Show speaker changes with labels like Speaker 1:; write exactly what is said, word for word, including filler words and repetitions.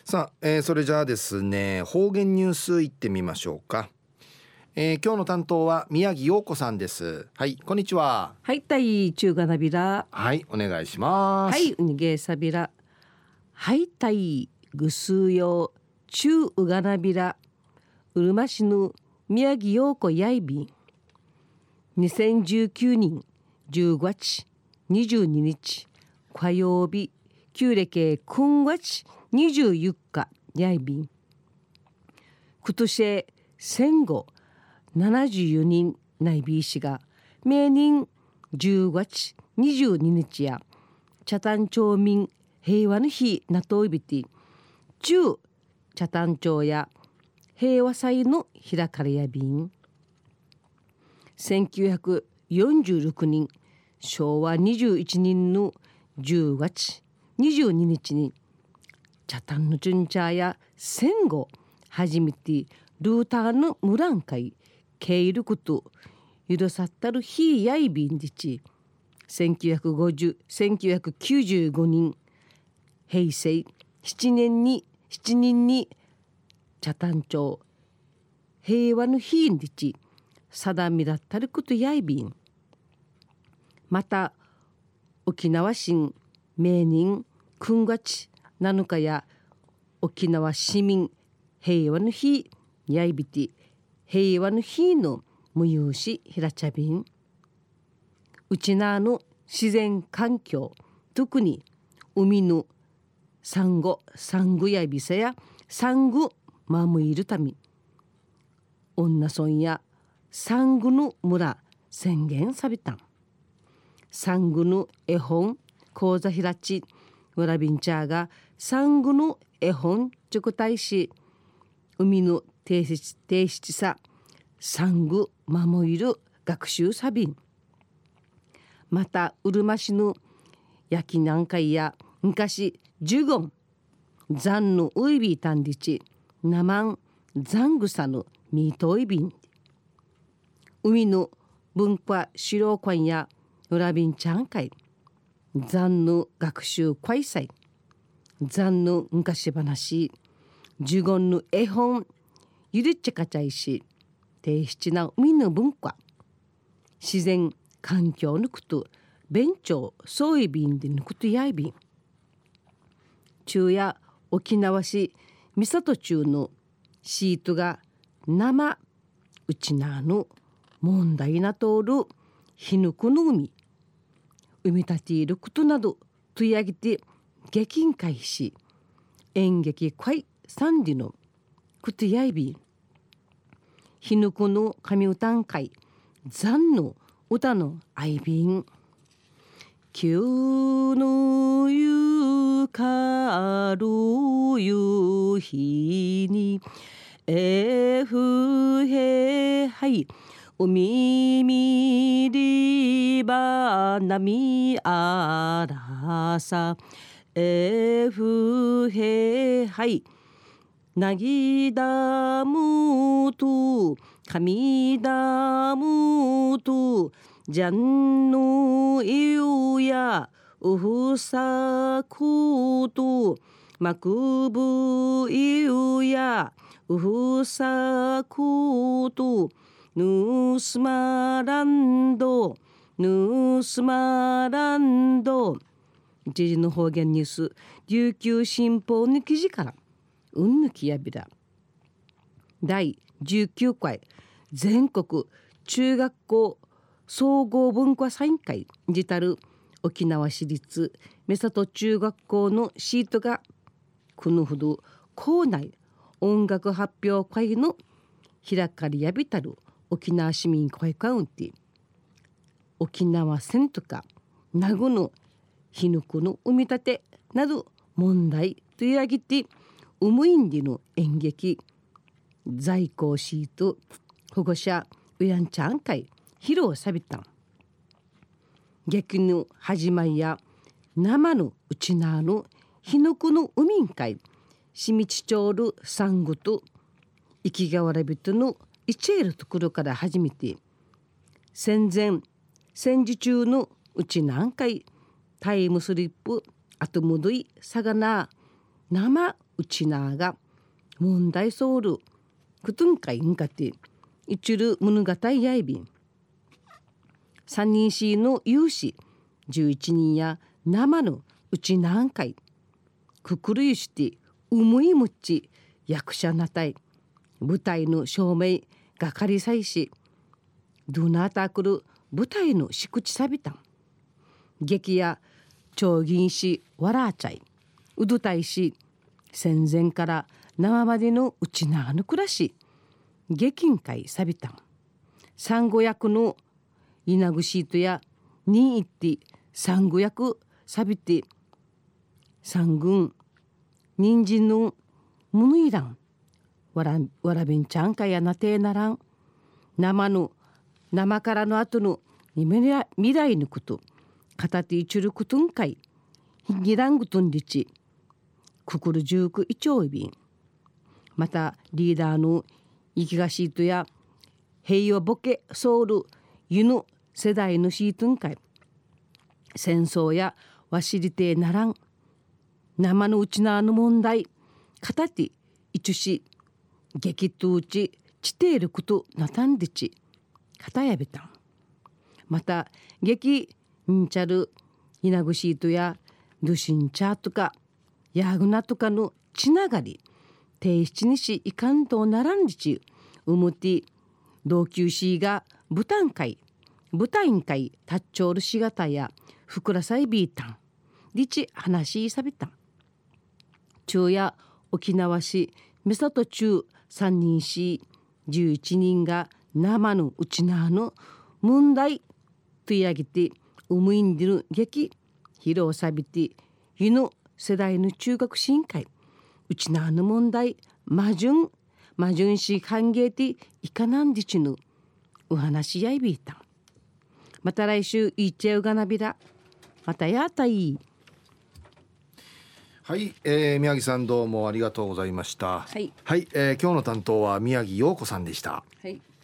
Speaker 1: さあ、えー、それじゃあですね、方言ニュースいってみましょうか。えー、今日の担当は宮城陽子さんです。はい、こんにちは。
Speaker 2: はい、たい中華なびら。
Speaker 1: はい、お願いします。
Speaker 2: はい、うにげさびら。はい、たいぐすうよう中うがなびら。うるま市の宮城陽子やいびん。にせんじゅうきゅうねんじゅうがつにじゅうににち火曜日、旧暦くんがつにじゅうよっかやいびん。今年戦後ななじゅうよにんないびいしが明年じゅうがつにじゅうににちや北谷町民平和の日なといびて中北谷町や平和祭の開かれやびん。せんきゅうひゃくよんじゅうろくねんしょうわにじゅういちねんのじゅうがつにじゅうににちに北谷の順茶や戦後初めてルーターのムラン会ケイルクと許さったる日やいびんでちせんきゅうひゃくごじゅう、せんきゅうひゃくきゅうじゅうごねん平成ななねんにしちにんに北谷町平和の日にち定めだったることやいびん。また沖縄新明年くんがつなのかや沖縄市民平和の日やいびて平和の日の無有しひらちゃびん。うちなの自然環境、特に海のサンゴサンゴやびさやサンゴ守るため女村やサンゴの村宣言さびたん。サンゴの絵本講座ひらちわらびんちゃーがサンゴの絵本直対し海の定質定質さサンゴ守る学習サビン。またうるま市の焼き南海や昔ジュゴンザンのウイビータンディチナマンザングサのミートイビン。海の文化資料館やうらびんちゃん会ザンの学習会祭ザンの昔話ジュゴンの絵本ゆるっちゃかちゃいし低質な海の文化自然環境のこと弁長そういびんでのことやいびん。中や沖縄市三郷中のシートが生うちなの問題な通るひぬくの海海立ていることなどとやげて激ん会し演劇会三里のことやいびん。ひぬくの神歌ん会残の歌のあいびん。急のゆかる夕日にえふへはいお耳りばなみあらさえふへはいなぎだむとかみだむとじゃんのゆやうふさくとまくぶゆやうふさくとぬすまらんどぬすまらんど。一時の方言ニュース琉球新報の記事からうんぬきやびらだいじゅうきゅうかい全国中学校総合文化祭会にたる沖縄市立目里中学校のシートがこのほど校内音楽発表会の開かれやびたる沖縄市民会カウンティ沖縄戦とか名護のひぬくの埋め立てなど問題といあげてウムインディの演劇在校シート保護者ウヤンチャン会披露さびたん。劇の始まりや生のうちなのひぬくの海ん会しみちちょうるサンゴと生きがわらびとのいちえるところから始めて戦前戦時中のうち何回タイムスリップあとむどいさがな生うちなが問題ソウルくとんかいんかていちる物語やいびん三人しの有志じゅういちにんや生のうちなんかいくくるゆしてうむいむっち役者なたい舞台の照明がかりさいしどなたくる舞台のしくちさびたん劇や長銀しわらあちゃいうどたいし戦前から生までのうちなあの暮らし劇んかいさびたん産後役の稲ぐしとやにいって産後役さびて三軍人参のむぬいらんわらわらびんちゃんかやなてえならん生の生からの後の未来のこと片手いちることんかいひぎらんぐとんりちくくるじゅうくいちょういびんまたリーダーの生きがシートや平和ボケソウルユヌ世代のシートンかい戦争やわしりてえならん生のうちなあの問題片手いちし激とうちちていることなたんでち片やべたんまた激んちゃるひなぐしーとやドシンチャーとかヤグナとかのちながり提出にしいかんとならんりちうむて同級しが舞台会舞台会タッチョールしがたやふくらさいビータンりち話しさびたん中や沖縄市三郷中三人市じゅういちにんが生のうちなの問題とやぎてうむいんでる劇披露さびてゆの世代の中学審会うちなの問題まじゅんまじゅんし歓迎ていかなんでちぬお話やいびいたまた来週いっちゃうがなびらまたやったい
Speaker 1: はい、えー、宮城さんどうもありがとうございました。
Speaker 2: はい、
Speaker 1: はい、えー、今日の担当は宮城陽子さんでした。
Speaker 2: はい。